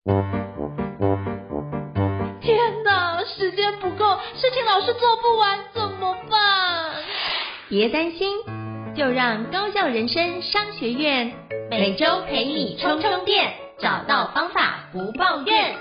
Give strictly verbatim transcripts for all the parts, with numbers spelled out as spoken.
天哪，时间不够，事情老是做不完，怎么办？ 别担心，就让高效人生商学院每周陪你充充电，找到方法不抱怨。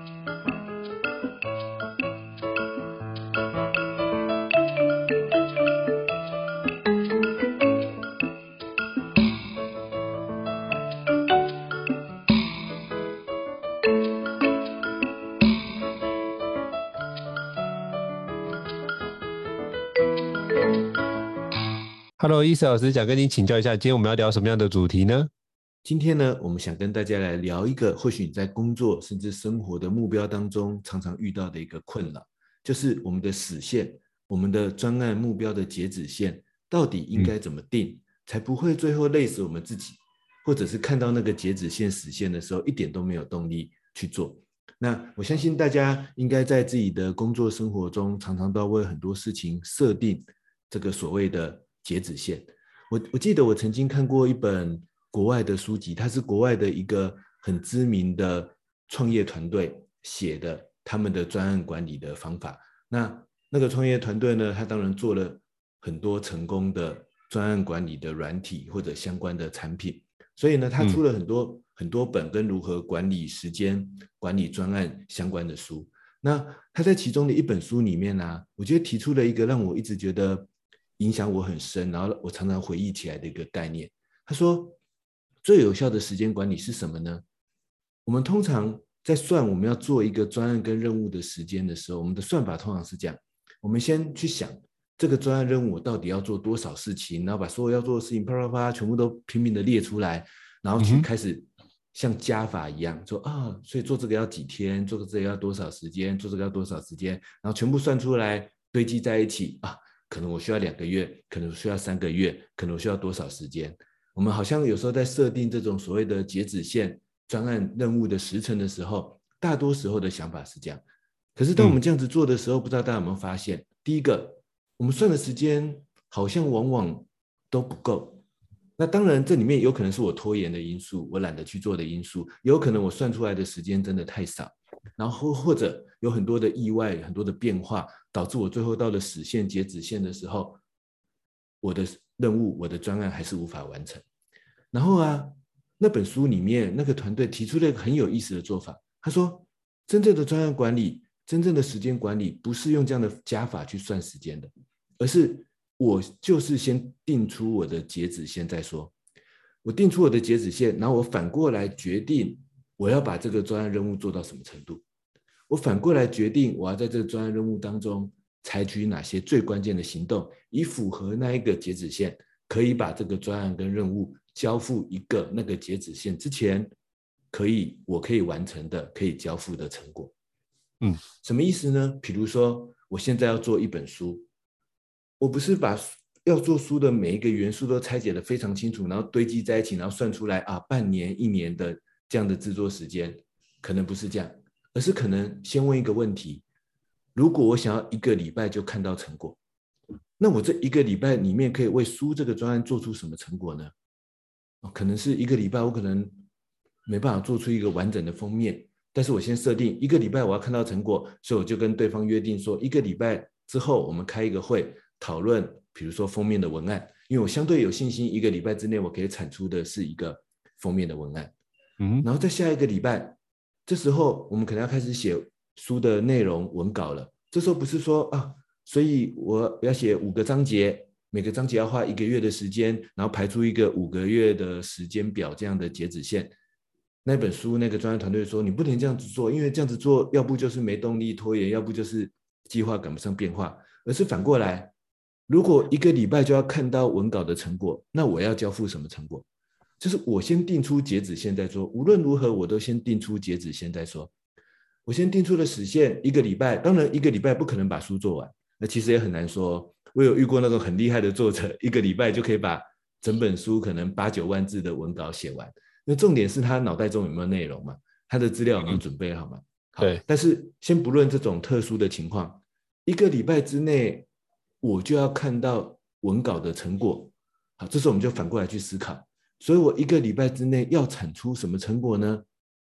Hello， 伊斯老师，想跟你请教一下，今天我们要聊什么样的主题呢？ 今天呢，我们想跟大家来聊一个或许你在工作甚至生活的目标当中常常遇到的一个困扰，就是我们的死线，我们的专案目标的截止线到底应该怎么定，嗯、才不会最后累死我们自己，或者是看到那个截止线死线的时候一点都没有动力去做。那我相信大家应该在自己的工作生活中常常都要为很多事情设定这个所谓的截止线。我我记得我曾经看过一本国外的书籍，它是国外的一个很知名的创业团队写的他们的专案管理的方法。那那个创业团队呢，他当然做了很多成功的专案管理的软体或者相关的产品，所以呢，他出了很多、嗯、很多本跟如何管理时间、管理专案相关的书。那他在其中的一本书里面啊，我觉得提出了一个让我一直觉得影响我很深，然后我常常回忆起来的一个概念。他说，最有效的时间管理是什么呢？我们通常在算我们要做一个专案跟任务的时间的时候，我们的算法通常是这样：我们先去想这个专案任务我到底要做多少事情，然后把所有要做的事情啪啪啪全部都拼命的列出来，然后去开始像加法一样说啊，所以做这个要几天，做这个要多少时间，做这个要多少时间，然后全部算出来堆积在一起啊。可能我需要两个月，可能我需要三个月，可能我需要多少时间。我们好像有时候在设定这种所谓的截止线、专案任务的时程的时候，大多时候的想法是这样。可是当我们这样子做的时候，嗯、不知道大家有没有发现，第一个，我们算的时间好像往往都不够。那当然这里面有可能是我拖延的因素，我懒得去做的因素，有可能我算出来的时间真的太少，然后或者有很多的意外，很多的变化，导致我最后到了死线截止线的时候，我的任务我的专案还是无法完成。然后啊，那本书里面那个团队提出了一个很有意思的做法，他说真正的专案管理，真正的时间管理不是用这样的加法去算时间的，而是我就是先定出我的截止线再说。我定出我的截止线，然后我反过来决定我要把这个专案任务做到什么程度，我反过来决定我要在这个专案任务当中采取哪些最关键的行动，以符合那一个截止线，可以把这个专案跟任务交付一个那个截止线之前可以我可以完成的可以交付的成果。嗯，什么意思呢？比如说我现在要做一本书，我不是把要做书的每一个元素都拆解得非常清楚，然后堆积在一起，然后算出来啊半年一年的这样的制作时间，可能不是这样，而是可能先问一个问题：如果我想要一个礼拜就看到成果，那我这一个礼拜里面可以为书这个专案做出什么成果呢？哦、可能是一个礼拜我可能没办法做出一个完整的封面，但是我先设定一个礼拜我要看到成果，所以我就跟对方约定说，一个礼拜之后我们开一个会讨论，比如说封面的文案，因为我相对有信心一个礼拜之内我可以产出的是一个封面的文案。嗯，然后在下一个礼拜，这时候我们可能要开始写书的内容文稿了。这时候不是说啊，所以我要写五个章节，每个章节要花一个月的时间，然后排出一个五个月的时间表这样的截止线。那本书那个专业团队说，你不能这样子做，因为这样子做要不就是没动力拖延，要不就是计划赶不上变化，而是反过来，如果一个礼拜就要看到文稿的成果，那我要交付什么成果？就是我先定出截止线再说，无论如何我都先定出截止线再说。我先定出了时限一个礼拜，当然一个礼拜不可能把书做完，那其实也很难说。我有遇过那种很厉害的作者，一个礼拜就可以把整本书可能八九万字的文稿写完。那重点是他脑袋中有没有内容嘛？他的资料有没有准备好嘛？好，对。但是先不论这种特殊的情况，一个礼拜之内我就要看到文稿的成果。好，这时候我们就反过来去思考，所以我一个礼拜之内要产出什么成果呢？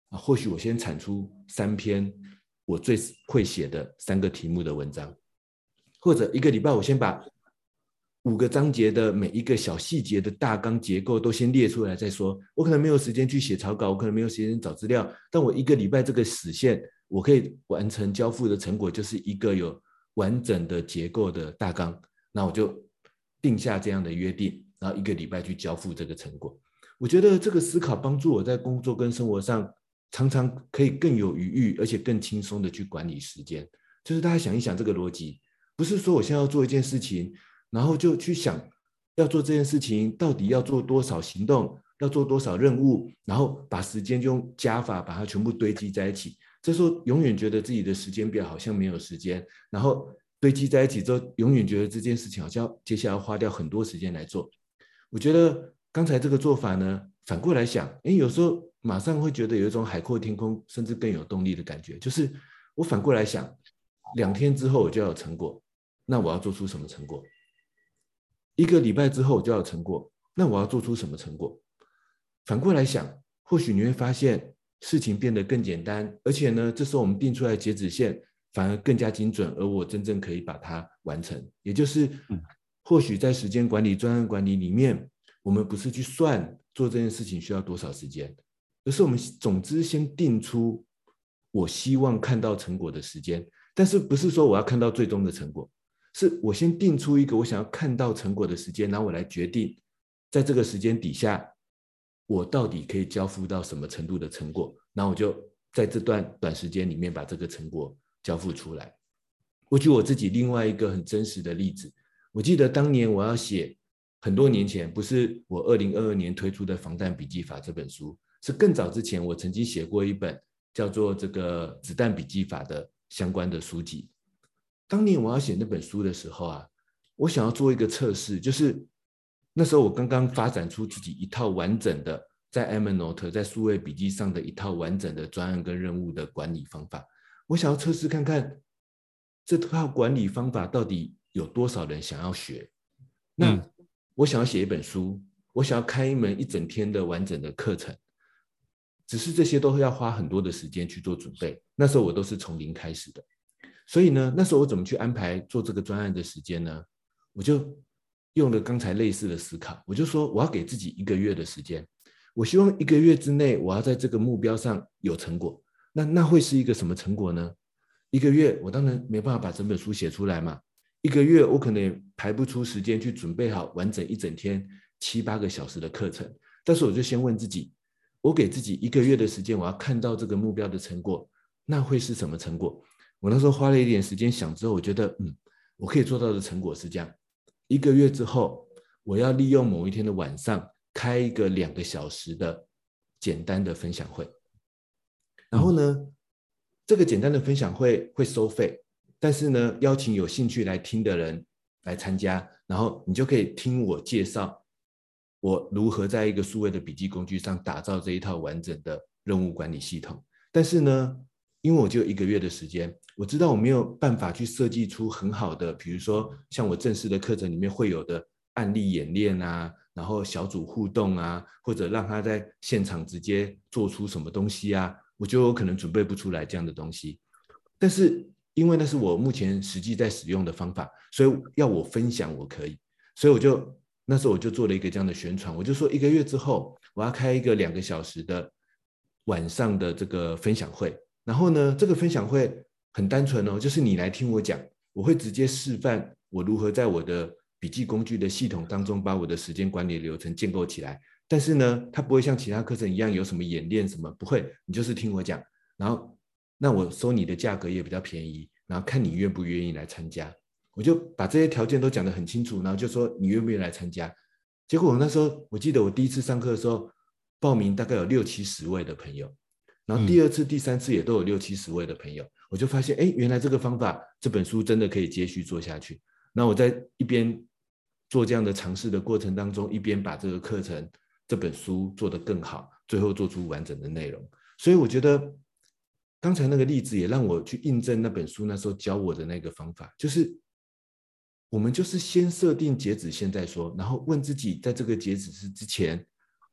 啊，或许我先产出三篇我最会写的三个题目的文章，或者一个礼拜我先把五个章节的每一个小细节的大纲结构都先列出来再说。我可能没有时间去写草稿，我可能没有时间找资料，但我一个礼拜这个时限，我可以完成交付的成果就是一个有完整的结构的大纲，那我就定下这样的约定，然后一个礼拜去交付这个成果。我觉得这个思考帮助我在工作跟生活上常常可以更有余裕，而且更轻松的去管理时间。就是大家想一想这个逻辑，不是说我现在要做一件事情，然后就去想要做这件事情到底要做多少行动，要做多少任务，然后把时间就用加法把它全部堆积在一起。这时候永远觉得自己的时间表好像没有时间，然后堆积在一起之后，永远觉得这件事情好像接下来要花掉很多时间来做。我觉得刚才这个做法呢，反过来想，诶，有时候马上会觉得有一种海阔天空，甚至更有动力的感觉。就是我反过来想，两天之后我就要有成果，那我要做出什么成果？一个礼拜之后我就要有成果，那我要做出什么成果？反过来想，或许你会发现事情变得更简单，而且呢，这时候我们定出来的截止线反而更加精准，而我真正可以把它完成。也就是，或许在时间管理、专案管理里面，我们不是去算做这件事情需要多少时间，而是我们总之先定出我希望看到成果的时间，但是不是说我要看到最终的成果，是我先定出一个我想要看到成果的时间，然后我来决定在这个时间底下我到底可以交付到什么程度的成果，然后我就在这段短时间里面把这个成果交付出来。我举我自己另外一个很真实的例子，我记得当年我要写，很多年前，不是我二零二二年推出的防弹笔记法这本书，是更早之前我曾经写过一本叫做这个子弹笔记法的相关的书籍。当年我要写那本书的时候啊，我想要做一个测试，就是那时候我刚刚发展出自己一套完整的在 Evernote 在数位笔记上的一套完整的专案跟任务的管理方法，我想要测试看看这套管理方法到底有多少人想要学。那、嗯、我想要写一本书，我想要开一门一整天的完整的课程，只是这些都要花很多的时间去做准备，那时候我都是从零开始的。所以呢，那时候我怎么去安排做这个专案的时间呢？我就用了刚才类似的思考，我就说我要给自己一个月的时间，我希望一个月之内我要在这个目标上有成果。那那会是一个什么成果呢？一个月我当然没办法把整本书写出来嘛，一个月我可能也排不出时间去准备好完整一整天七八个小时的课程，但是我就先问自己，我给自己一个月的时间，我要看到这个目标的成果，那会是什么成果？我那时候花了一点时间想之后，我觉得嗯，我可以做到的成果是这样，一个月之后我要利用某一天的晚上开一个两个小时的简单的分享会，然后呢这个简单的分享会会收费，但是呢邀请有兴趣来听的人来参加，然后你就可以听我介绍我如何在一个数位的笔记工具上打造这一套完整的任务管理系统。但是呢因为我只有一个月的时间，我知道我没有办法去设计出很好的，比如说像我正式的课程里面会有的案例演练啊，然后小组互动啊，或者让他在现场直接做出什么东西啊，我觉得我可能准备不出来这样的东西。但是因为那是我目前实际在使用的方法，所以要我分享我可以，所以我就那时候我就做了一个这样的宣传，我就说一个月之后我要开一个两个小时的晚上的这个分享会。然后呢这个分享会很单纯哦，就是你来听我讲，我会直接示范我如何在我的笔记工具的系统当中把我的时间管理流程建构起来。但是呢它不会像其他课程一样有什么演练什么，不会，你就是听我讲，然后那我收你的价格也比较便宜，然后看你愿不愿意来参加。我就把这些条件都讲得很清楚，然后就说你愿不愿意来参加。结果我那时候我记得我第一次上课的时候报名大概有六七十位的朋友，然后第二次、嗯、第三次也都有六七十位的朋友，我就发现，哎，原来这个方法，这本书真的可以接续做下去。那我在一边做这样的尝试的过程当中，一边把这个课程、这本书做得更好，最后做出完整的内容。所以我觉得，刚才那个例子也让我去印证那本书那时候教我的那个方法，就是我们就是先设定截止线再说，然后问自己，在这个截止日之前，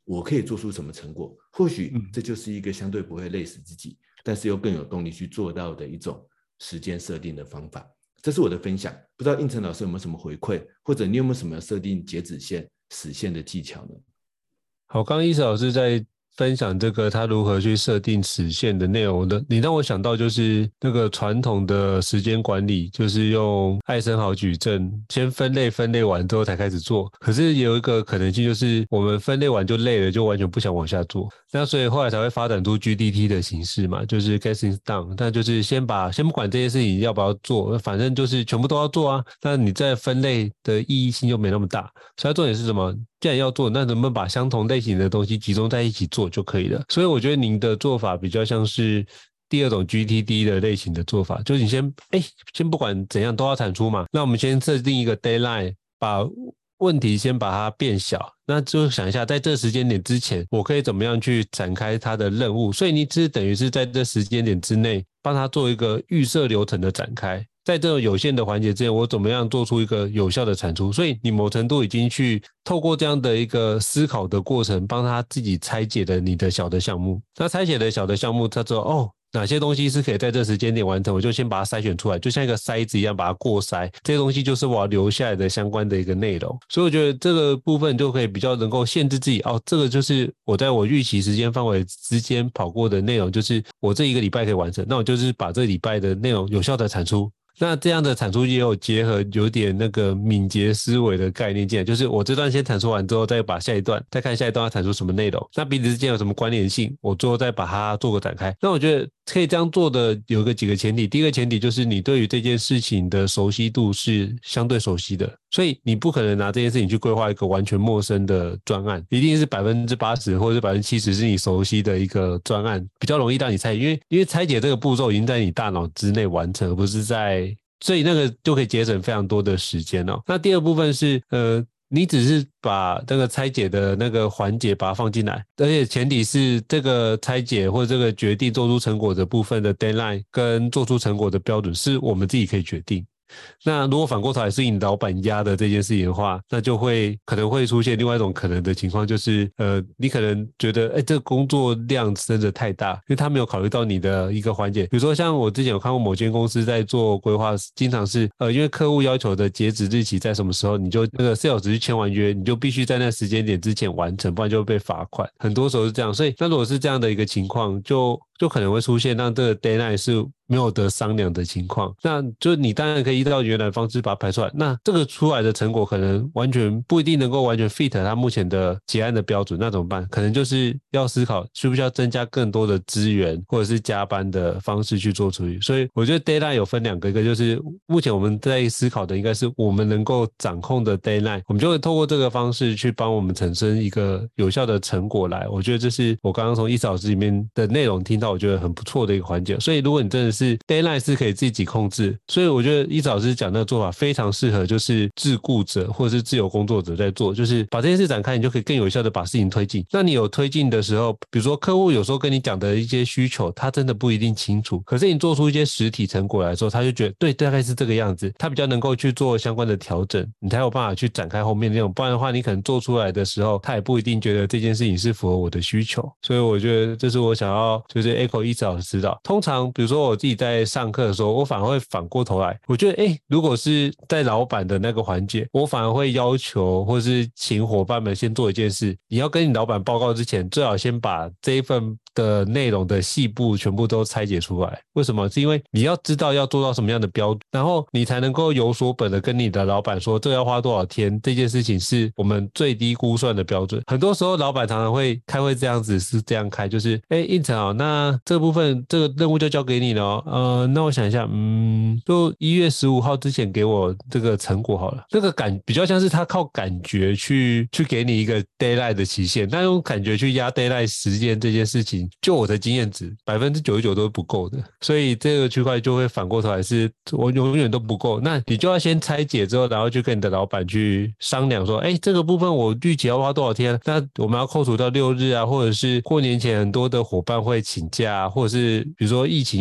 我可以做出什么成果，或许这就是一个相对不会累死自己，但是又更有动力去做到的一种时间设定的方法。这是我的分享，不知道应成老师有没有什么回馈，或者你有没有什么设定截止线、实现的技巧呢？ 好，刚刚易哲老师在分享这个他如何去设定时限的内容的，你让我想到就是那个传统的时间管理，就是用艾森豪矩阵，先分类分类完之后才开始做。可是有一个可能性就是我们分类完就累了，就完全不想往下做。那所以后来才会发展出 G D T 的形式嘛，就是 Get Things Done， 但就是先把先不管这些事情要不要做，反正就是全部都要做啊。那你在分类的意义性就没那么大。所以重点是什么？既然要做，那能不能把相同类型的东西集中在一起做就可以了。所以我觉得您的做法比较像是第二种 G T D 的类型的做法，就是你先哎，先不管怎样都要产出嘛，那我们先设定一个 deadline， 把问题先把它变小，那就想一下在这时间点之前我可以怎么样去展开它的任务。所以你只等于是在这时间点之内帮他做一个预设流程的展开，在这种有限的环节之前我怎么样做出一个有效的产出。所以你某程度已经去透过这样的一个思考的过程帮他自己拆解了你的小的项目。那拆解的小的项目他知道哦哪些东西是可以在这时间点完成，我就先把它筛选出来，就像一个筛子一样把它过筛，这些东西就是我要留下来的相关的一个内容。所以我觉得这个部分就可以比较能够限制自己，哦，这个就是我在我预期时间范围之间跑过的内容，就是我这一个礼拜可以完成，那我就是把这礼拜的内容有效的产出。那这样的产出也有结合有点那个敏捷思维的概念进来，就是我这段先产出完之后再把下一段再看下一段要产出什么内容，那彼此之间有什么关联性，我最后再把它做个展开。那我觉得可以这样做的有个几个前提，第一个前提就是你对于这件事情的熟悉度是相对熟悉的，所以你不可能拿这件事情去规划一个完全陌生的专案，一定是 百分之八十 或者是 百分之七十 是你熟悉的一个专案，比较容易让你拆解，因为因为拆解这个步骤已经在你大脑之内完成，而不是在，所以那个就可以节省非常多的时间哦。那第二部分是呃你只是把那个拆解的那个环节把它放进来，而且前提是这个拆解或者这个决定做出成果的部分的 deadline 跟做出成果的标准是我们自己可以决定。那如果反过头来是你老板压的这件事情的话，那就会可能会出现另外一种可能的情况，就是呃，你可能觉得哎，这个工作量真的太大，因为他没有考虑到你的一个环节。比如说像我之前有看过某间公司在做规划，经常是呃，因为客户要求的截止日期在什么时候，你就那个 sales 去签完约，你就必须在那时间点之前完成，不然就会被罚款。很多时候是这样，所以那如果是这样的一个情况，就就可能会出现让这个 deadline 是没有得商量的情况。那就你当然可以依照原来的方式把它排出来，那这个出来的成果可能完全不一定能够完全 fit 它目前的结案的标准，那怎么办？可能就是要思考需不需要增加更多的资源或者是加班的方式去做处理。所以我觉得 deadline 有分两个，一个就是目前我们在思考的应该是我们能够掌控的 deadline， 我们就会透过这个方式去帮我们产生一个有效的成果来。我觉得这是我刚刚从易老师里面的内容听到我觉得很不错的一个环节。所以如果你真的是 deadline 是可以自己控制，所以我觉得易老师讲那个做法非常适合就是自雇者或者是自由工作者在做，就是把这件事展开，你就可以更有效的把事情推进。那你有推进的时候，比如说客户有时候跟你讲的一些需求他真的不一定清楚，可是你做出一些实体成果来说，他就觉得对，大概是这个样子，他比较能够去做相关的调整，你才有办法去展开后面那种，不然的话你可能做出来的时候他也不一定觉得这件事情是符合我的需求。所以我觉得这是我想要就是 echo 易老师的。通常比如说我自己在上课的时候，我反而会反过头来，我觉得诶如果是在老板的那个环节，我反而会要求或是请伙伴们先做一件事，你要跟你老板报告之前，最好先把这一份的内容的细部全部都拆解出来。为什么？是因为你要知道要做到什么样的标准，然后你才能够有所本的跟你的老板说这个要花多少天，这件事情是我们最低估算的标准。很多时候老板常常会开会这样子是这样开，就是诶应成好，那这部分这个任务就交给你了哦，呃那我想一下，嗯就一月十五号之前给我这个成果好了。这个感比较像是他靠感觉去去给你一个 deadline 的期限，那用感觉去压 deadline 时间这件事情，就我的经验值 百分之九十九 都是不够的，所以这个区块就会反过头来是我永远都不够。那你就要先拆解之后，然后就跟你的老板去商量说，哎，这个部分我预期要花多少天，那我们要扣除到六日啊，或者是过年前很多的伙伴会请假，或者是比如说疫情又在升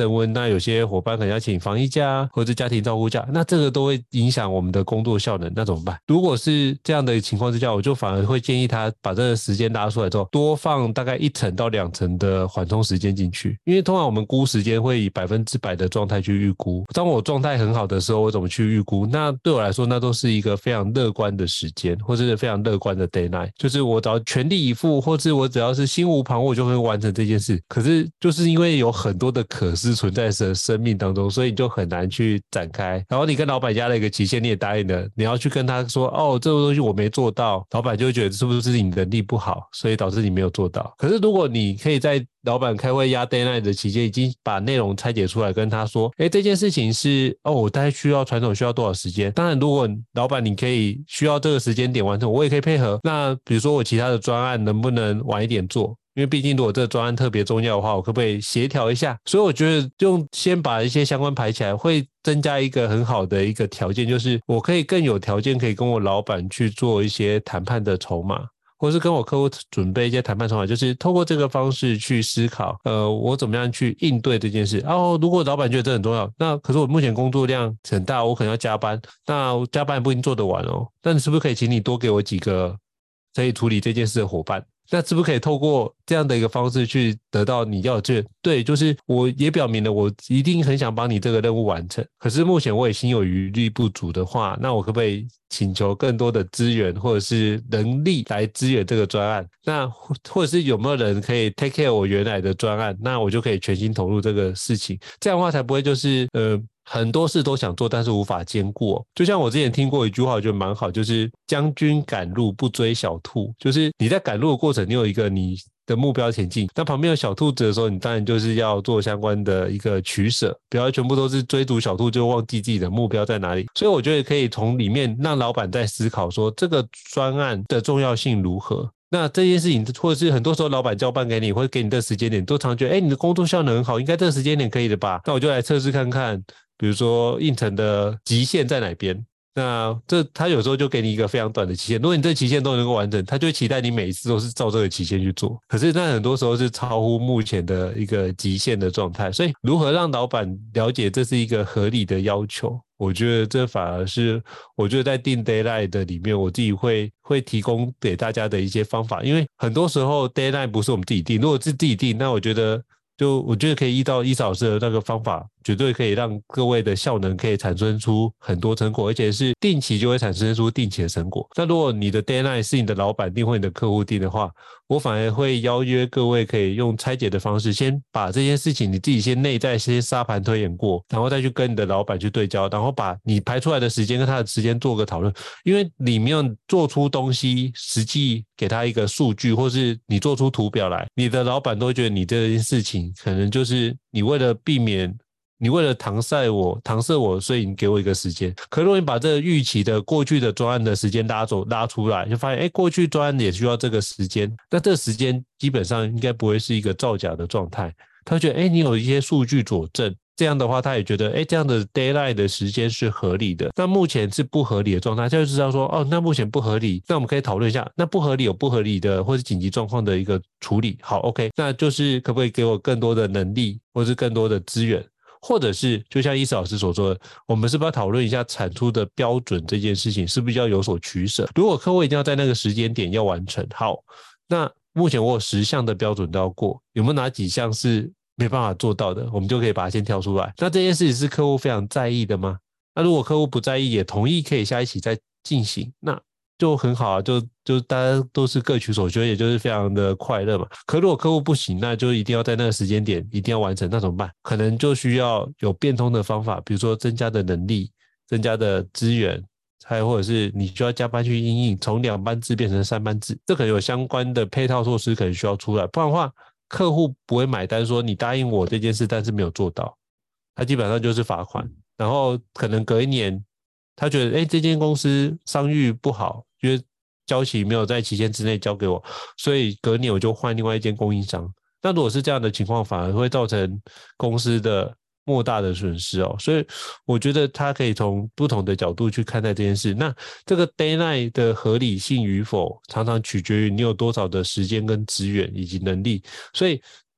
升温，那有些伙伴可能要请防疫假或者家庭照顾假，那这个都会影响我们的工作效能，那怎么办？如果是这样的情况之下，我就反而会建议他把这个时间拉出来之后，多放大概一层到两层的缓冲时间进去，因为通常我们估时间会以百分之百的状态去预估，当我状态很好的时候，我怎么去预估？那对我来说，那都是一个非常乐观的时间，或者是非常乐观的 deadline， 就是我只要全力以赴，或是我只要是心无旁骛，我就会完成这件事。可是就是因为有很多的可是存在的生命当中，所以你就很难去展开。然后你跟老板压了一个期限，你也答应了，你要去跟他说，哦，这个东西我没做到，老板就会觉得是不是你能力不好，所以导致你没有做到。可是如果你可以在老板开会压 deadline 的期间，已经把内容拆解出来，跟他说，诶，这件事情是哦，我大概需要传统需要多少时间？当然，如果老板你可以需要这个时间点完成，我也可以配合。那比如说我其他的专案能不能晚一点做？因为毕竟如果这个专案特别重要的话，我可不可以协调一下？所以我觉得用先把一些相关排起来，会增加一个很好的一个条件，就是我可以更有条件可以跟我老板去做一些谈判的筹码。或是跟我客户准备一些谈判筹码，就是透过这个方式去思考，呃，我怎么样去应对这件事。哦，如果老板觉得这很重要，那可是我目前工作量很大，我可能要加班，那加班也不一定做得完哦。那你是不是可以请你多给我几个可以处理这件事的伙伴？那是不是可以透过这样的一个方式去得到你要的资源？对，就是我也表明了我一定很想帮你这个任务完成，可是目前我也心有余力不足的话，那我可不可以请求更多的资源或者是能力来支援这个专案？那或者是有没有人可以 take care 我原来的专案？那我就可以全心投入这个事情，这样的话才不会就是呃很多事都想做，但是无法兼顾哦。就像我之前听过一句话，我觉得蛮好，就是将军赶路不追小兔，就是你在赶路的过程，你有一个你的目标前进，那旁边有小兔子的时候，你当然就是要做相关的一个取舍，不要全部都是追逐小兔就忘记自己的目标在哪里。所以我觉得可以从里面让老板在思考说这个专案的重要性如何。那这件事情，或者是很多时候老板交办给你，或者给你的时间点，都常觉得，哎，你的工作效能很好，应该这个时间点可以的吧？那我就来测试看看，比如说应承的极限在哪边。那这他有时候就给你一个非常短的期限，如果你这期限都能够完成，他就会期待你每一次都是照这个期限去做。可是那很多时候是超乎目前的一个极限的状态，所以如何让老板了解这是一个合理的要求，我觉得这反而是我觉得在定 deadline 的里面，我自己会会提供给大家的一些方法。因为很多时候 deadline 不是我们自己定，如果是自己定，那我觉得就我觉得可以依照伊老师的那个方法，绝对可以让各位的效能可以产生出很多成果，而且是定期就会产生出定期的成果。那如果你的 deadline 是你的老板定或你的客户定的话，我反而会邀约各位可以用拆解的方式，先把这件事情你自己先内在先沙盘推演过，然后再去跟你的老板去对焦，然后把你排出来的时间跟他的时间做个讨论。因为里面做出东西，实际给他一个数据，或是你做出图表来，你的老板都会觉得你这件事情可能就是你为了避免你为了搪塞我搪塞我，所以你给我一个时间。可如果你把这个预期的过去的专案的时间拉走拉出来，就发现诶过去专案也需要这个时间，那这个时间基本上应该不会是一个造假的状态。他会觉得诶你有一些数据佐证，这样的话他也觉得诶这样的 deadline 的时间是合理的。那目前是不合理的状态，他就知道说哦那目前不合理，那我们可以讨论一下，那不合理有不合理的或是紧急状况的一个处理。好 OK， 那就是可不可以给我更多的能力或是更多的资源，或者是就像伊斯老师所说的，我们是不是要讨论一下产出的标准这件事情是不是要有所取舍。如果客户一定要在那个时间点要完成，好，那目前我有十项的标准都要过，有没有哪几项是没办法做到的，我们就可以把它先挑出来。那这件事情是客户非常在意的吗？那如果客户不在意也同意可以下一期再进行，那就很好啊，就就大家都是各取所需，也就是非常的快乐嘛。可如果客户不行，那就一定要在那个时间点一定要完成，那怎么办？可能就需要有变通的方法，比如说增加的能力、增加的资源，还或者是你需要加班去因应，从两班制变成三班制，这可能有相关的配套措施可能需要出来，不然的话客户不会买单，说你答应我这件事但是没有做到，他基本上就是罚款。然后可能隔一年他觉得诶这间公司商誉不好，觉得交期没有在期限之内交给我，所以隔年我就换另外一间供应商。那如果是这样的情况，反而会造成公司的莫大的损失哦。所以我觉得他可以从不同的角度去看待这件事。那这个 deadline 的合理性与否，常常取决于你有多少的时间跟资源以及能力。所以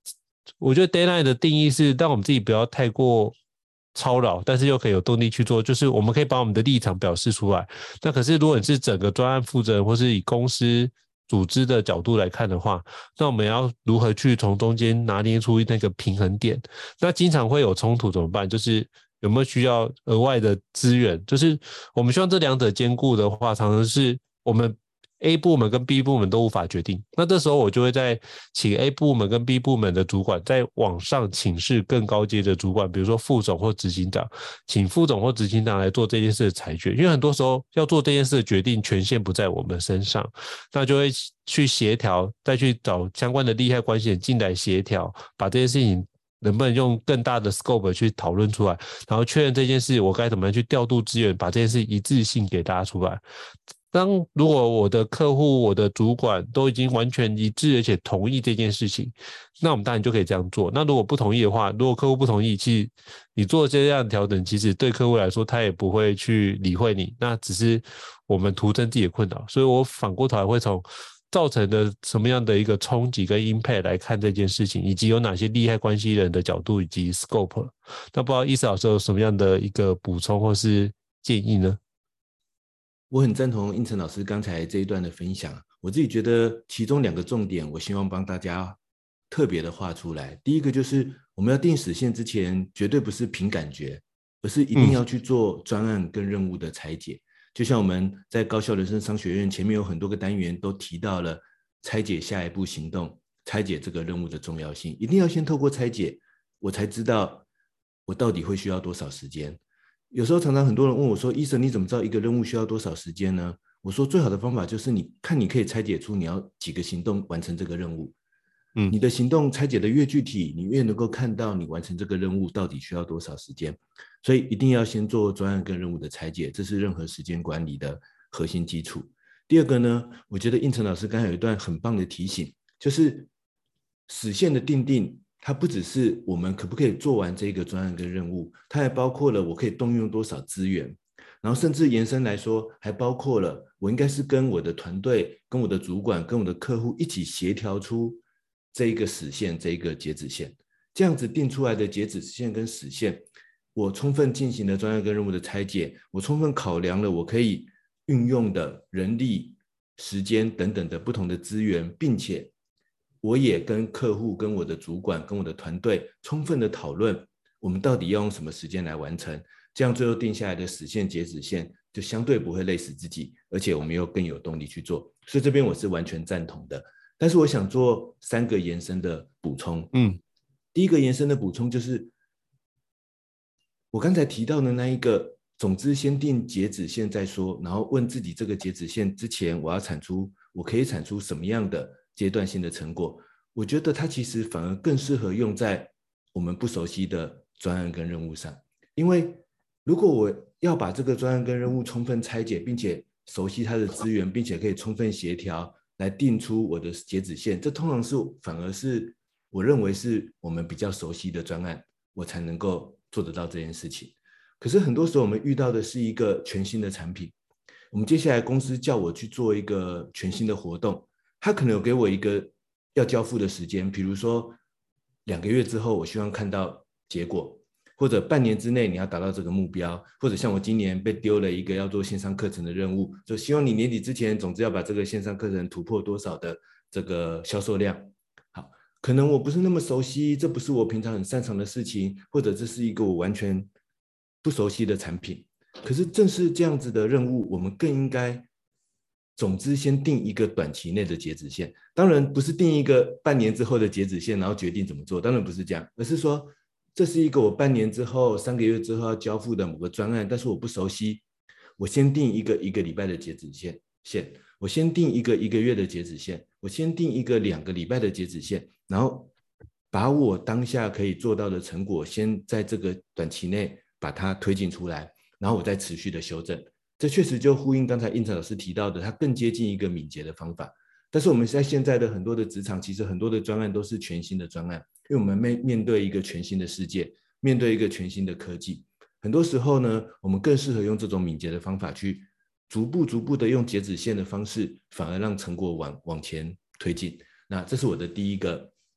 我觉得 deadline 的定义是让我们自己不要太过操劳，但是又可以有动力去做，就是我们可以把我们的立场表示出来。那可是如果你是整个专案负责人或是以公司组织的角度来看的话，那我们要如何去从中间拿捏出那个平衡点？那经常会有冲突怎么办？就是有没有需要额外的资源？就是我们希望这两者兼顾的话，常常是我们A 部门跟 B 部门都无法决定，那这时候我就会在请 A 部门跟 B 部门的主管再往上请示更高阶的主管，比如说副总或执行长，请副总或执行长来做这件事的裁决，因为很多时候要做这件事的决定权限不在我们身上，那就会去协调，再去找相关的利害关系人进来协调，把这件事情能不能用更大的 scope 去讨论出来，然后确认这件事我该怎么样去调度资源，把这件事一致性给大家出来。当如果我的客户、我的主管都已经完全一致而且同意这件事情，那我们当然就可以这样做。那如果不同意的话，如果客户不同意，其实你做这样的调整，其实对客户来说他也不会去理会你，那只是我们徒增自己的困扰。所以我反过头来会从造成的什么样的一个冲击跟 impact 来看这件事情，以及有哪些利害关系人的角度以及 scope。那不知道伊斯老师有什么样的一个补充或是建议呢？ 我很赞同应成老师刚才这一段的分享，我自己觉得其中两个重点，我希望帮大家特别的画出来。第一个就是我们要定死线之前，绝对不是凭感觉，而是一定要去做专案跟任务的拆解。嗯、就像我们在高效人生商学院前面有很多个单元都提到了拆解下一步行动，拆解这个任务的重要性，一定要先透过拆解，我才知道我到底会需要多少时间。有时候常常很多人问我说，医生你怎么知道一个任务需要多少时间呢？我说最好的方法就是你看你可以拆解出你要几个行动完成这个任务。嗯，你的行动拆解的越具体，你越能够看到你完成这个任务到底需要多少时间。所以一定要先做专案跟任务的拆解，这是任何时间管理的核心基础。第二个呢，我觉得应成老师刚才有一段很棒的提醒，就是死线的定定，它不只是我们可不可以做完这个专案跟任务，它还包括了我可以动用多少资源，然后甚至延伸来说，还包括了我应该是跟我的团队、跟我的主管、跟我的客户一起协调出这一个死线、这一个截止线。这样子定出来的截止线跟死线，我充分进行了专案跟任务的拆解，我充分考量了我可以运用的人力、时间等等的不同的资源，并且我也跟客户、跟我的主管、跟我的团队充分的讨论，我们到底要用什么时间来完成，这样最后定下来的死线、截止线就相对不会累死自己，而且我们又更有动力去做。所以这边我是完全赞同的。但是我想做三个延伸的补充。嗯，第一个延伸的补充就是我刚才提到的那一个，总之先定截止线再说，然后问自己这个截止线之前我要产出，我可以产出什么样的阶段性的成果。我觉得它其实反而更适合用在我们不熟悉的专案跟任务上，因为如果我要把这个专案跟任务充分拆解，并且熟悉它的资源，并且可以充分协调来定出我的截止线，这通常是反而是我认为是我们比较熟悉的专案，我才能够做得到这件事情。可是很多时候我们遇到的是一个全新的产品，我们接下来公司叫我去做一个全新的活动，他可能有给我一个要交付的时间，比如说两个月之后我希望看到结果，或者半年之内你要达到这个目标，或者像我今年被丢了一个要做线上课程的任务，就希望你年底之前总之要把这个线上课程突破多少的这个销售量。好，可能我不是那么熟悉，这不是我平常很擅长的事情，或者这是一个我完全不熟悉的产品。可是正是这样子的任务，我们更应该总之先定一个短期内的截止线，当然不是定一个半年之后的截止线然后决定怎么做，当然不是这样，而是说这是一个我半年之后三个月之后要交付的某个专案，但是我不熟悉，我先定一个一个礼拜的截止线线，我先定一个一个月的截止线，我先定一个两个礼拜的截止线，然后把我当下可以做到的成果先在这个短期内把它推进出来，然后我再持续的修正。这确实就呼应刚才应成老师提到的，它更接近一个敏捷的方法。但是我们在现在的很多的职场，其实很多的专案都是全新的专案，因为我们面对一个全新的世界，面对一个全新的科技，很多时候呢，我们更适合用这种敏捷的方法去逐步逐步的用截止线的方式，反而让成果往往前推进。那这是我的第一个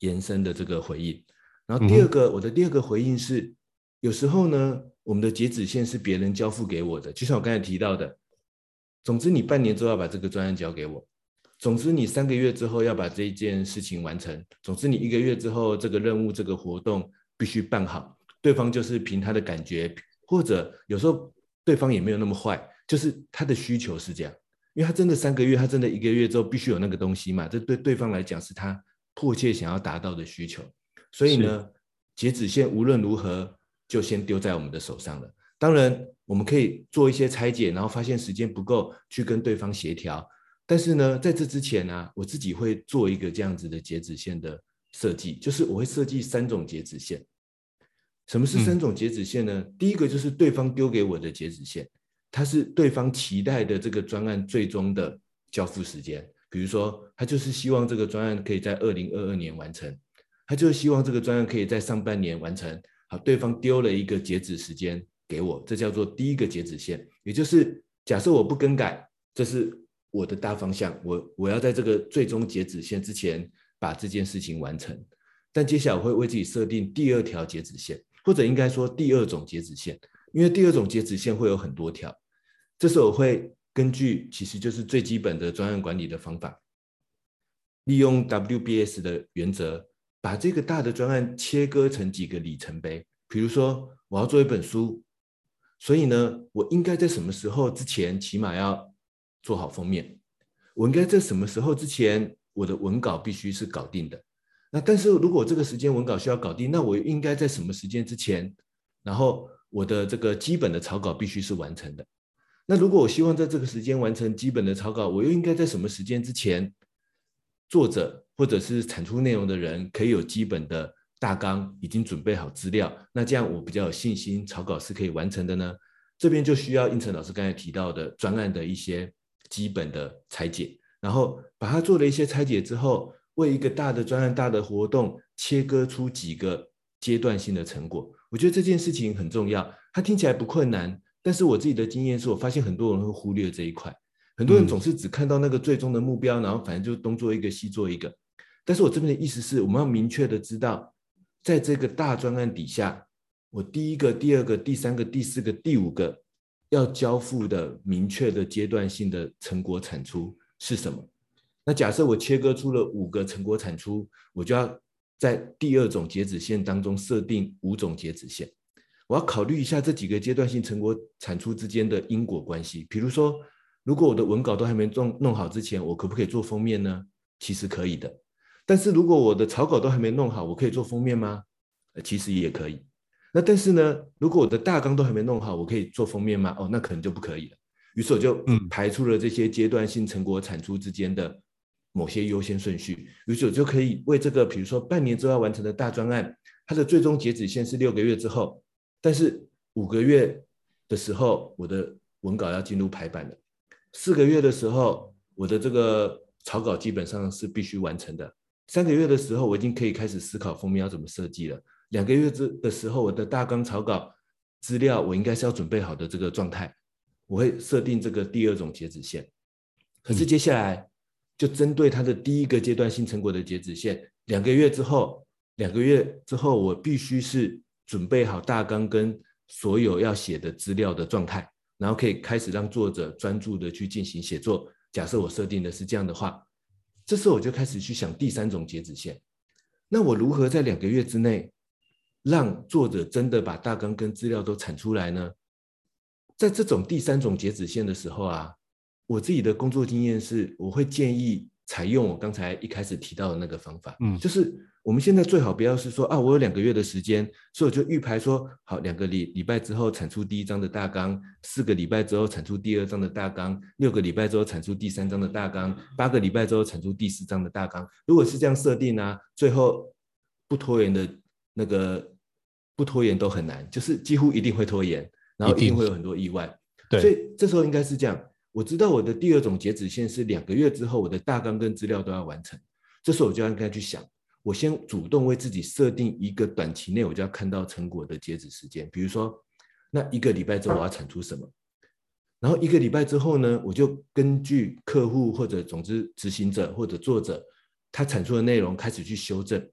延伸的这个回应。然后第二个、嗯、我的第二个回应是，有时候呢，我们的截止线是别人交付给我的，就像我刚才提到的，总之你半年之后要把这个专案交给我，总之你三个月之后要把这一件事情完成，总之你一个月之后这个任务这个活动必须办好。对方就是凭他的感觉，或者有时候对方也没有那么坏，就是他的需求是这样，因为他真的三个月，他真的一个月之后必须有那个东西嘛，这对对方来讲是他迫切想要达到的需求，所以呢，截止线无论如何就先丢在我们的手上了。当然我们可以做一些拆解，然后发现时间不够去跟对方协调，但是呢，在这之前呢、啊，我自己会做一个这样子的截止线的设计，就是我会设计三种截止线。什么是三种截止线呢？嗯、第一个就是对方丢给我的截止线，它是对方期待的这个专案最终的交付时间。比如说，他就是希望这个专案可以在二零二二年完成，他就是希望这个专案可以在上半年完成。好，对方丢了一个截止时间给我，这叫做第一个截止线。也就是假设我不更改，这是我的大方向，我我要在这个最终截止线之前把这件事情完成。但接下来我会为自己设定第二条截止线。或者应该说第二种截止线，因为第二种截止线会有很多条，这时候我会根据其实就是最基本的专案管理的方法，利用 W B S 的原则，把这个大的专案切割成几个里程碑。比如说我要做一本书，所以呢，我应该在什么时候之前起码要做好封面，我应该在什么时候之前我的文稿必须是搞定的。那但是如果这个时间文稿需要搞定，那我应该在什么时间之前，然后我的这个基本的草稿必须是完成的。那如果我希望在这个时间完成基本的草稿，我又应该在什么时间之前，作者或者是产出内容的人可以有基本的大纲，已经准备好资料，那这样我比较有信心草稿是可以完成的呢？这边就需要应成老师刚才提到的专案的一些基本的拆解，然后把它做了一些拆解之后，为一个大的专案、大的活动切割出几个阶段性的成果。我觉得这件事情很重要，它听起来不困难，但是我自己的经验是我发现很多人会忽略这一块，很多人总是只看到那个最终的目标，嗯、然后反正就东做一个西做一个。但是我这边的意思是，我们要明确的知道，在这个大专案底下，我第一个、第二个、第三个、第四个、第五个要交付的明确的阶段性的成果产出是什么。那假设我切割出了五个成果产出，我就要在第二种截止线当中设定五种截止线。我要考虑一下这几个阶段性成果产出之间的因果关系。比如说，如果我的文稿都还没弄弄好之前，我可不可以做封面呢？其实可以的。但是如果我的草稿都还没弄好，我可以做封面吗？其实也可以。那但是呢，如果我的大纲都还没弄好，我可以做封面吗？哦，那可能就不可以了。于是我就排出了这些阶段性成果产出之间的某些优先顺序，于是我就可以为这个比如说半年之后要完成的大专案，它的最终截止线是六个月之后，但是五个月的时候我的文稿要进入排版了，四个月的时候我的这个草稿基本上是必须完成的，三个月的时候我已经可以开始思考封面要怎么设计了，两个月的时候我的大纲草稿资料我应该是要准备好的这个状态，我会设定这个第二种截止线。可是接下来就针对它的第一个阶段性成果的截止线，两个月之后，两个月之后，我必须是准备好大纲跟所有要写的资料的状态，然后可以开始让作者专注的去进行写作。假设我设定的是这样的话，这时候我就开始去想第三种截止线。那我如何在两个月之内让作者真的把大纲跟资料都产出来呢？在这种第三种截止线的时候啊，我自己的工作经验是，我会建议采用我刚才一开始提到的那个方法，嗯，就是我们现在最好不要是说啊，我有两个月的时间，所以我就预排说，好，两个礼礼拜之后产出第一章的大纲，四个礼拜之后产出第二章的大纲，六个礼拜之后产出第三章的大纲，八个礼拜之后产出第四章的大纲。如果是这样设定啊，最后不拖延的那个不拖延都很难，就是几乎一定会拖延，然后一定会有很多意外。对，所以这时候应该是这样。我知道我的第二种截止线是两个月之后，我的大纲跟资料都要完成。这时候我就要应该去想，我先主动为自己设定一个短期内我就要看到成果的截止时间。比如说，那一个礼拜之后我要产出什么？然后一个礼拜之后呢，我就根据客户或者总之执行者或者作者他产出的内容开始去修正。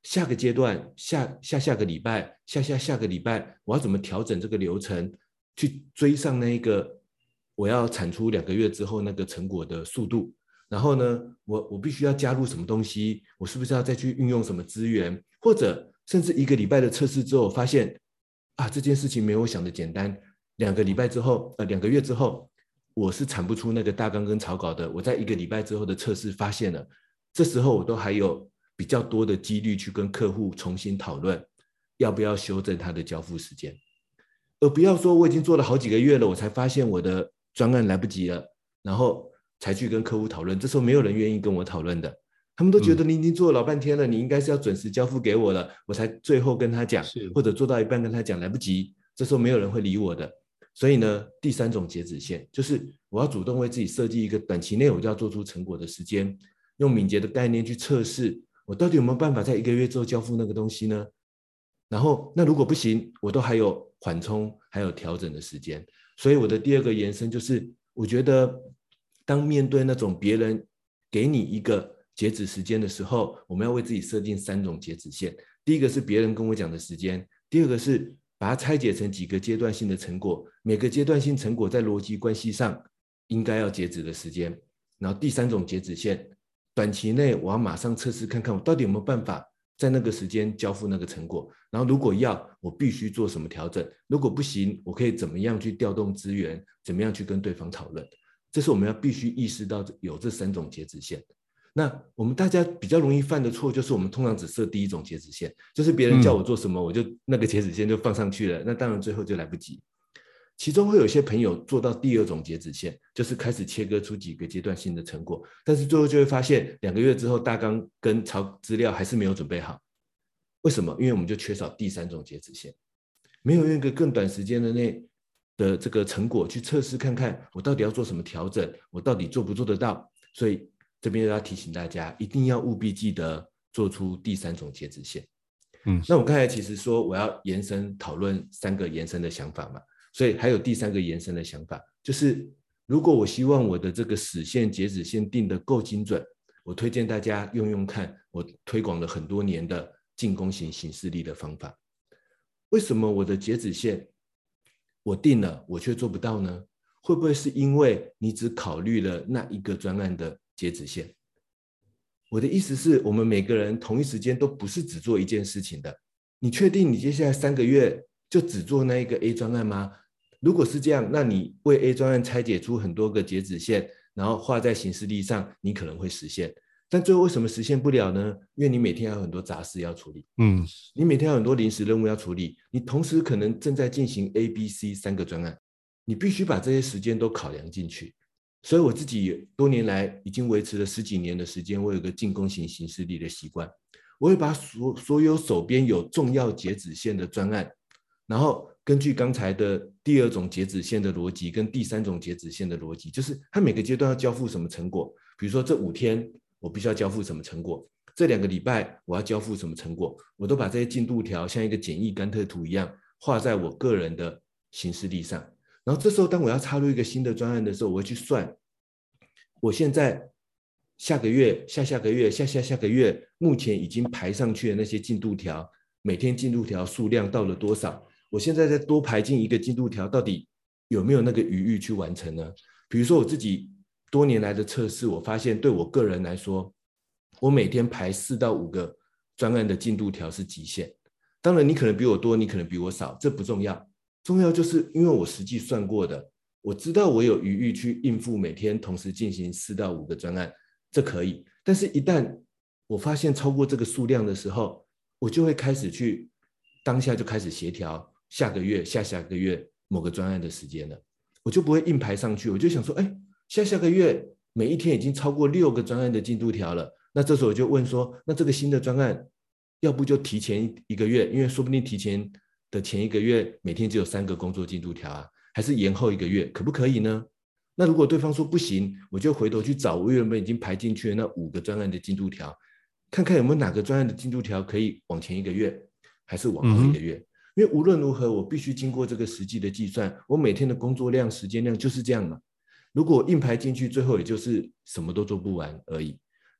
下个阶段下下下个礼拜下下下个礼拜我要怎么调整这个流程，去追上那一个我要产出两个月之后那个成果的速度。然后呢，我我必须要加入什么东西，我是不是要再去运用什么资源，或者甚至一个礼拜的测试之后发现啊，这件事情没有我想的简单，两个礼拜之后呃两个月之后我是产不出那个大纲跟草稿的，我在一个礼拜之后的测试发现了，这时候我都还有比较多的几率去跟客户重新讨论要不要修正他的交付时间，而不要说我已经做了好几个月了，我才发现我的专案来不及了，然后才去跟客户讨论，这时候没有人愿意跟我讨论的，他们都觉得你已经做了老半天了，你应该是要准时交付给我了，我才最后跟他讲，或者做到一半跟他讲来不及，这时候没有人会理我的。所以呢，第三种截止线就是我要主动为自己设计一个短期内我就要做出成果的时间，用敏捷的概念去测试我到底有没有办法在一个月之后交付那个东西呢？然后那如果不行，我都还有缓冲还有调整的时间。所以我的第二个延伸就是我觉得当面对那种别人给你一个截止时间的时候，我们要为自己设定三种截止线。第一个是别人跟我讲的时间，第二个是把它拆解成几个阶段性的成果，每个阶段性成果在逻辑关系上应该要截止的时间。然后第三种截止线，短期内我要马上测试看看我到底有没有办法在那个时间交付那个成果，然后如果要我必须做什么调整，如果不行我可以怎么样去调动资源，怎么样去跟对方讨论。这是我们要必须意识到有这三种截止线。那我们大家比较容易犯的错就是我们通常只设第一种截止线，就是别人叫我做什么、嗯、我就那个截止线就放上去了，那当然最后就来不及。其中会有些朋友做到第二种截止线，就是开始切割出几个阶段性的成果，但是最后就会发现两个月之后大纲跟草资料还是没有准备好。为什么？因为我们就缺少第三种截止线，没有用一个更短时间的内的这个成果去测试看看我到底要做什么调整，我到底做不做得到。所以这边要提醒大家一定要务必记得做出第三种截止线。嗯，那我刚才其实说我要延伸讨论三个延伸的想法嘛，所以还有第三个延伸的想法，就是如果我希望我的这个时限截止线定得够精准，我推荐大家用用看我推广了很多年的进攻型行事历的方法。为什么我的截止线我定了我却做不到呢？会不会是因为你只考虑了那一个专案的截止线？我的意思是我们每个人同一时间都不是只做一件事情的。你确定你接下来三个月就只做那一个 A 专案吗？如果是这样，那你为 A 专案拆解出很多个截止线，然后画在行事历上，你可能会实现。但最后为什么实现不了呢？因为你每天还有很多杂事要处理，嗯，你每天还有很多临时任务要处理，你同时可能正在进行 A、B、C 三个专案，你必须把这些时间都考量进去。所以我自己多年来已经维持了十几年的时间，我有个进攻型行事历的习惯，我会把 所, 所有手边有重要截止线的专案，然后根据刚才的第二种截止线的逻辑跟第三种截止线的逻辑，就是它每个阶段要交付什么成果，比如说这五天我必须要交付什么成果，这两个礼拜我要交付什么成果，我都把这些进度条像一个简易甘特图一样画在我个人的行事历上。然后这时候当我要插入一个新的专案的时候，我会去算我现在下个月下下个月下下下个月目前已经排上去的那些进度条，每天进度条数量到了多少，我现在再多排进一个进度条，到底有没有那个余裕去完成呢？比如说我自己多年来的测试，我发现对我个人来说，我每天排四到五个专案的进度条是极限。当然你可能比我多，你可能比我少，这不重要，重要就是因为我实际算过的，我知道我有余裕去应付每天同时进行四到五个专案，这可以。但是一旦我发现超过这个数量的时候，我就会开始去当下就开始协调下个月下下个月某个专案的时间了，我就不会硬排上去。我就想说，哎，下下个月每一天已经超过六个专案的进度条了，那这时候我就问说，那这个新的专案要不就提前一个月，因为说不定提前的前一个月每天只有三个工作进度条啊，还是延后一个月，可不可以呢？那如果对方说不行，我就回头去找我原本已经排进去的那五个专案的进度条，看看有没有哪个专案的进度条可以往前一个月，还是往后一个月。嗯，因为无论如何我必须经过这个实际的计算，我每天的工作量时间量就是这样嘛。如果我硬排进去，最后也就是什么都做不完而已。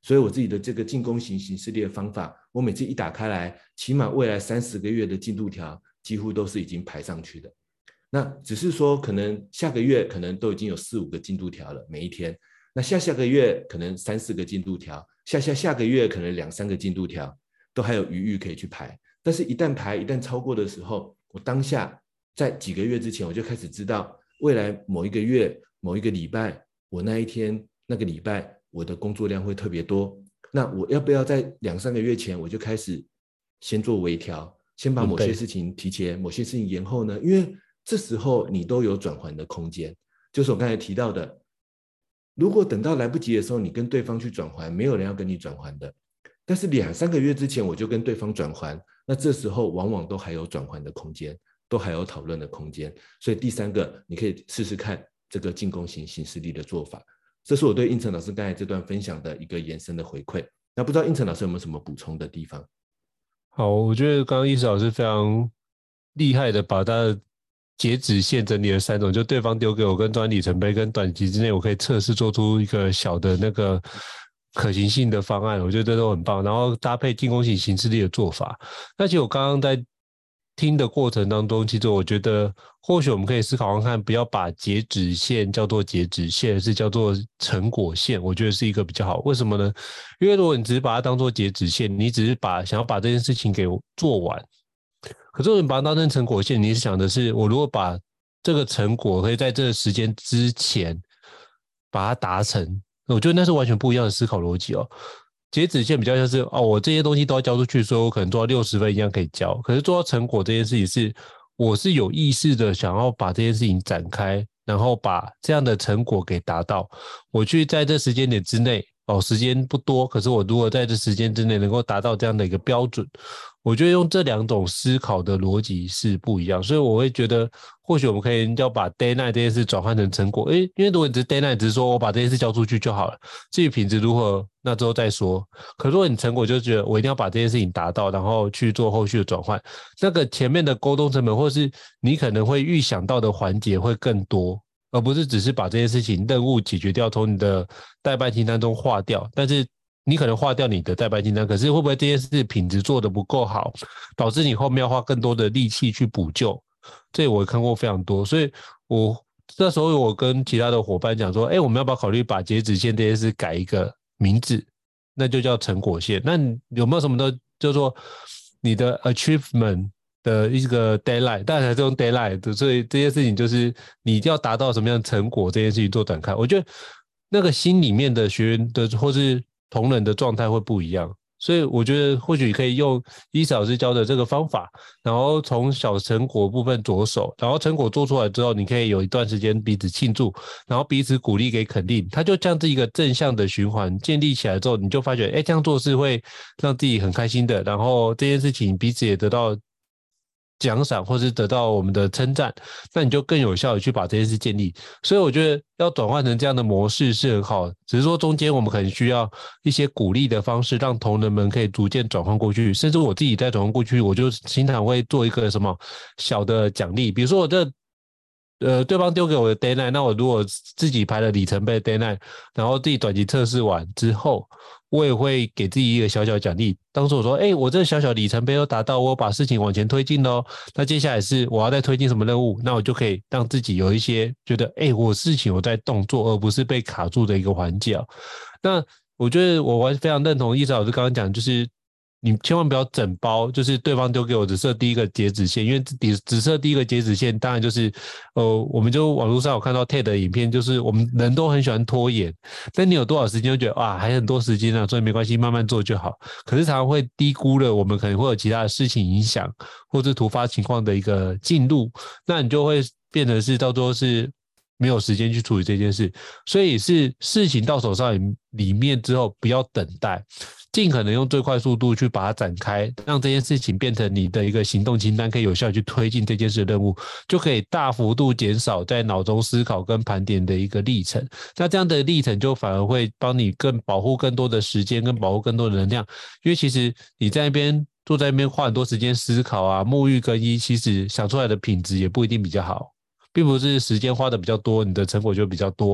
所以我自己的这个进攻型行事历的方法，我每次一打开来，起码未来三十个月的进度条几乎都是已经排上去的。那只是说可能下个月可能都已经有四五个进度条了，每一天。那下下个月可能三四个进度条，下下下个月可能两三个进度条，都还有余裕可以去排。但是一旦排一旦超过的时候，我当下在几个月之前我就开始知道未来某一个月某一个礼拜，我那一天那个礼拜我的工作量会特别多，那我要不要在两三个月前我就开始先做微调，先把某些事情提前，某些事情延后呢？因为这时候你都有转圜的空间，就是我刚才提到的，如果等到来不及的时候，你跟对方去转圜，没有人要跟你转圜的。但是两三个月之前我就跟对方转圜，那这时候往往都还有转圜的空间，都还有讨论的空间。所以第三个，你可以试试看这个进攻型行事历的做法。这是我对应成老师刚才这段分享的一个延伸的回馈。那不知道应成老师有没有什么补充的地方？ 好，我觉得刚刚医师老师非常厉害的把他的截止线整理了三种，就对方丢给我跟短里程碑跟短期之内我可以测试做出一个小的那个可行性的方案，我觉得这都很棒，然后搭配进攻型行事历的做法。那其实我刚刚在听的过程当中，其实我觉得或许我们可以思考看看，不要把截止线叫做截止线，是叫做成果线，我觉得是一个比较好。为什么呢？因为如果你只是把它当做截止线，你只是把想要把这件事情给做完，可是如果你把它当成成果线，你是想的是我如果把这个成果可以在这个时间之前把它达成，我觉得那是完全不一样的思考逻辑哦。截止线比较像是哦，我这些东西都要交出去，所以我可能做到六十分一样可以交。可是做到成果这件事情是，我是有意识的想要把这件事情展开，然后把这样的成果给达到。我去在这时间点之内，哦，时间不多，可是我如果在这时间之内能够达到这样的一个标准，我觉得用这两种思考的逻辑是不一样。所以我会觉得，或许我们可以要把 deadline 这件事转换成成果。诶，因为如果你只是 deadline 只是说我把这件事交出去就好了，至于品质如何，那之后再说。可如果你成果就觉得我一定要把这件事情达到，然后去做后续的转换，那个前面的沟通成本或是你可能会预想到的环节会更多，而不是只是把这件事情任务解决掉，从你的待办清单中划掉。但是你可能划掉你的待办清单，可是会不会这件事品质做得不够好，导致你后面要花更多的力气去补救？这我看过非常多。所以我那时候我跟其他的伙伴讲说，哎，我们要不要考虑把截止线这件事改一个名字，那就叫成果线。那有没有什么的叫做你的 achievement 的一个 deadline， 当然还是用 deadline 的，所以这件事情就是你要达到什么样的成果，这件事情做展开。我觉得那个心里面的学员的或是同仁的状态会不一样，所以我觉得或许可以用伊嫂老师教的这个方法，然后从小成果部分着手，然后成果做出来之后，你可以有一段时间彼此庆祝，然后彼此鼓励给肯定，它就这样子一个正向的循环建立起来之后，你就发觉，哎，这样做是会让自己很开心的，然后这件事情彼此也得到奖赏或是得到我们的称赞，那你就更有效的去把这件事建立。所以我觉得要转换成这样的模式是很好的，只是说中间我们可能需要一些鼓励的方式，让同仁们可以逐渐转换过去。甚至我自己在转换过去，我就经常会做一个什么小的奖励，比如说我这呃，对方丢给我的 deadline， 那我如果自己排了里程碑 deadline， 然后自己短期测试完之后，我也会给自己一个小小奖励。当时我说，哎，我这小小里程碑都达到，我把事情往前推进咯。那接下来是我要再推进什么任务，那我就可以让自己有一些觉得，哎，我事情我在动作，而不是被卡住的一个环节。那我觉得我非常认同伊嫂老师刚刚讲，就是你千万不要整包，就是对方丢给我只设第一个截止线，因为只只设第一个截止线，当然就是呃，我们就网络上有看到 T E D 的影片，就是我们人都很喜欢拖延，但你有多少时间就觉得啊，还很多时间啊，所以没关系，慢慢做就好。可是常常会低估了我们可能会有其他的事情影响，或是突发情况的一个进入，那你就会变成是到最后是没有时间去处理这件事。所以是事情到手上里面之后，不要等待，尽可能用最快速度去把它展开，让这件事情变成你的一个行动清单，可以有效去推进这件事的任务，就可以大幅度减少在脑中思考跟盘点的一个历程。那这样的历程就反而会帮你更保护更多的时间跟保护更多的能量，因为其实你在那边坐在那边花很多时间思考啊，沐浴更衣，其实想出来的品质也不一定比较好，并不是时间花的比较多，你的成果就比较多，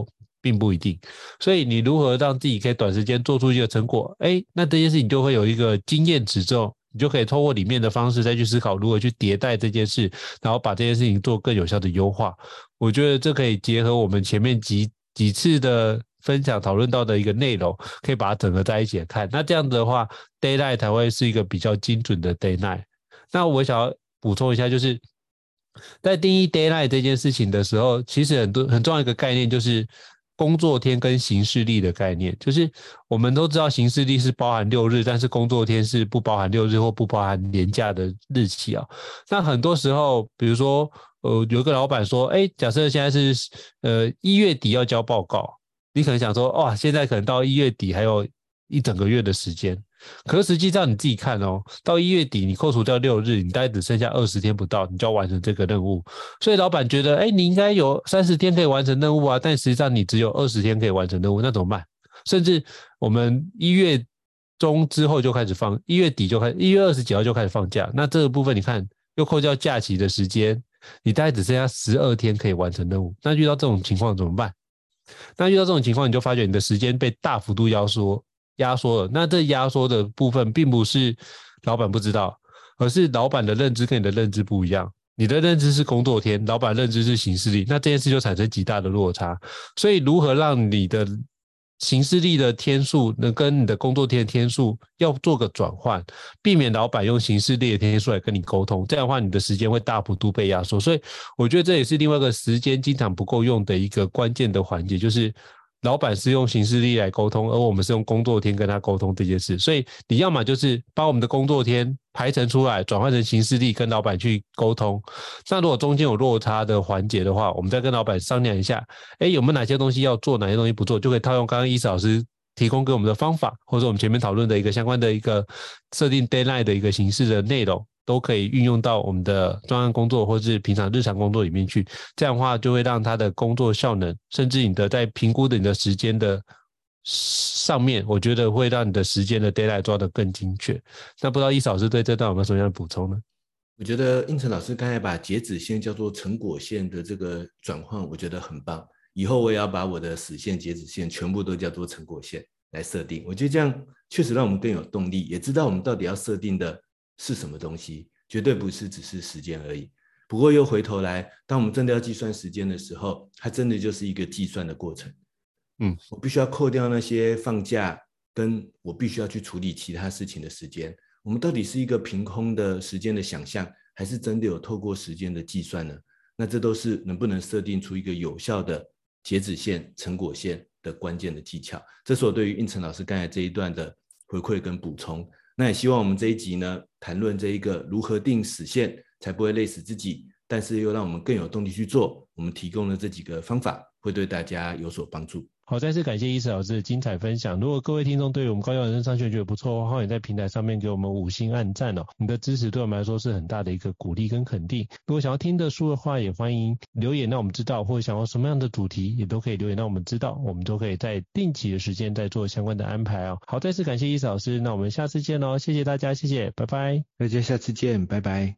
并不一定。所以你如何让自己可以短时间做出一个成果，哎，那这件事情就会有一个经验值之后，你就可以透过里面的方式再去思考如何去迭代这件事，然后把这件事情做更有效的优化。我觉得这可以结合我们前面几几次的分享讨论到的一个内容，可以把它整合在一起来看。那这样子的话 ，deadline 才会是一个比较精准的 deadline。那我想要补充一下，就是在定义 deadline 这件事情的时候，其实很多很重要一个概念就是工作天跟行事历的概念。就是我们都知道行事历是包含六日，但是工作天是不包含六日或不包含年假的日期啊。那很多时候，比如说呃，有一个老板说，哎，假设现在是呃一月底要交报告，你可能想说，哇，现在可能到一月底还有一整个月的时间。可是实际上你自己看哦，到一月底你扣除掉六日，你大概只剩下二十天不到，你就要完成这个任务。所以老板觉得，哎，你应该有三十天可以完成任务啊，但实际上你只有二十天可以完成任务，那怎么办？甚至我们一月中之后就开始放，一月底就开始，一月二十几号就开始放假，那这个部分你看又扣掉假期的时间，你大概只剩下十二天可以完成任务。那遇到这种情况怎么办？那遇到这种情况，你就发觉你的时间被大幅度压缩。压缩了，那这压缩的部分并不是老板不知道，而是老板的认知跟你的认知不一样。你的认知是工作天，老板认知是行事历，那这件事就产生极大的落差。所以如何让你的行事历的天数能跟你的工作天的天数要做个转换，避免老板用行事历的天数来跟你沟通，这样的话你的时间会大幅度被压缩。所以我觉得这也是另外一个时间经常不够用的一个关键的环节，就是老板是用行事历来沟通，而我们是用工作天跟他沟通这件事。所以你要么就是把我们的工作天排程出来，转换成行事历跟老板去沟通。那如果中间有落差的环节的话，我们再跟老板商量一下，诶，有没有哪些东西要做，哪些东西不做，就可以套用刚刚伊思老师提供给我们的方法，或者我们前面讨论的一个相关的一个设定 deadline 的一个形式的内容，都可以运用到我们的专案工作或是平常日常工作里面去。这样的话就会让他的工作效能，甚至你的在评估的你的时间的上面，我觉得会让你的时间的 deadline 抓得更精确。那不知道伊思老师对这段有没有什么样的补充呢？ 我觉得应成老师刚才把截止线叫做成果线的这个转换，我觉得很棒。以后我也要把我的死线、截止线全部都叫做成果线来设定。我觉得这样确实让我们更有动力，也知道我们到底要设定的是什么东西，绝对不是只是时间而已。不过又回头来，当我们真的要计算时间的时候，它真的就是一个计算的过程。嗯，我必须要扣掉那些放假跟我必须要去处理其他事情的时间。我们到底是一个凭空的时间的想象，还是真的有透过时间的计算呢？那这都是能不能设定出一个有效的截止线、成果线的关键的技巧。这是我对于应成老师刚才这一段的回馈跟补充。那也希望我们这一集呢，谈论这一个如何定死线才不会累死自己，但是又让我们更有动力去做。我们提供了这几个方法，会对大家有所帮助。 好，再次感谢伊思老师的精彩分享。如果各位听众对于我们高效人生商学院觉得不错的话，欢迎在平台上面给我们五星按赞哦。你的支持对我们来说是很大的一个鼓励跟肯定。如果想要听的书的话，也欢迎留言让我们知道，或者想要什么样的主题，也都可以留言让我们知道，我们都可以在定期的时间再做相关的安排哦。好，再次感谢伊思老师，那我们下次见哦，谢谢大家，谢谢，拜拜。 大家下次见，拜拜。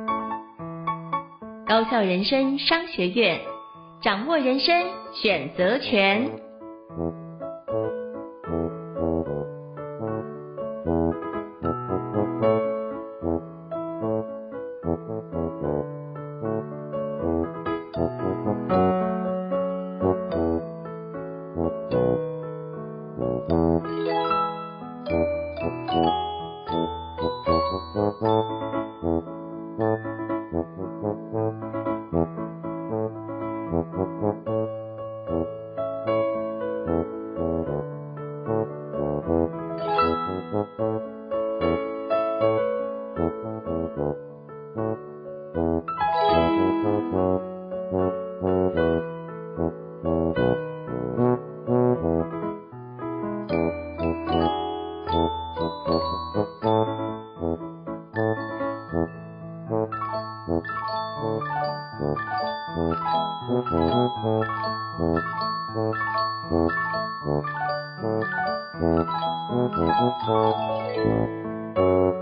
高效人生商学院，掌握人生选择权。 Thank you.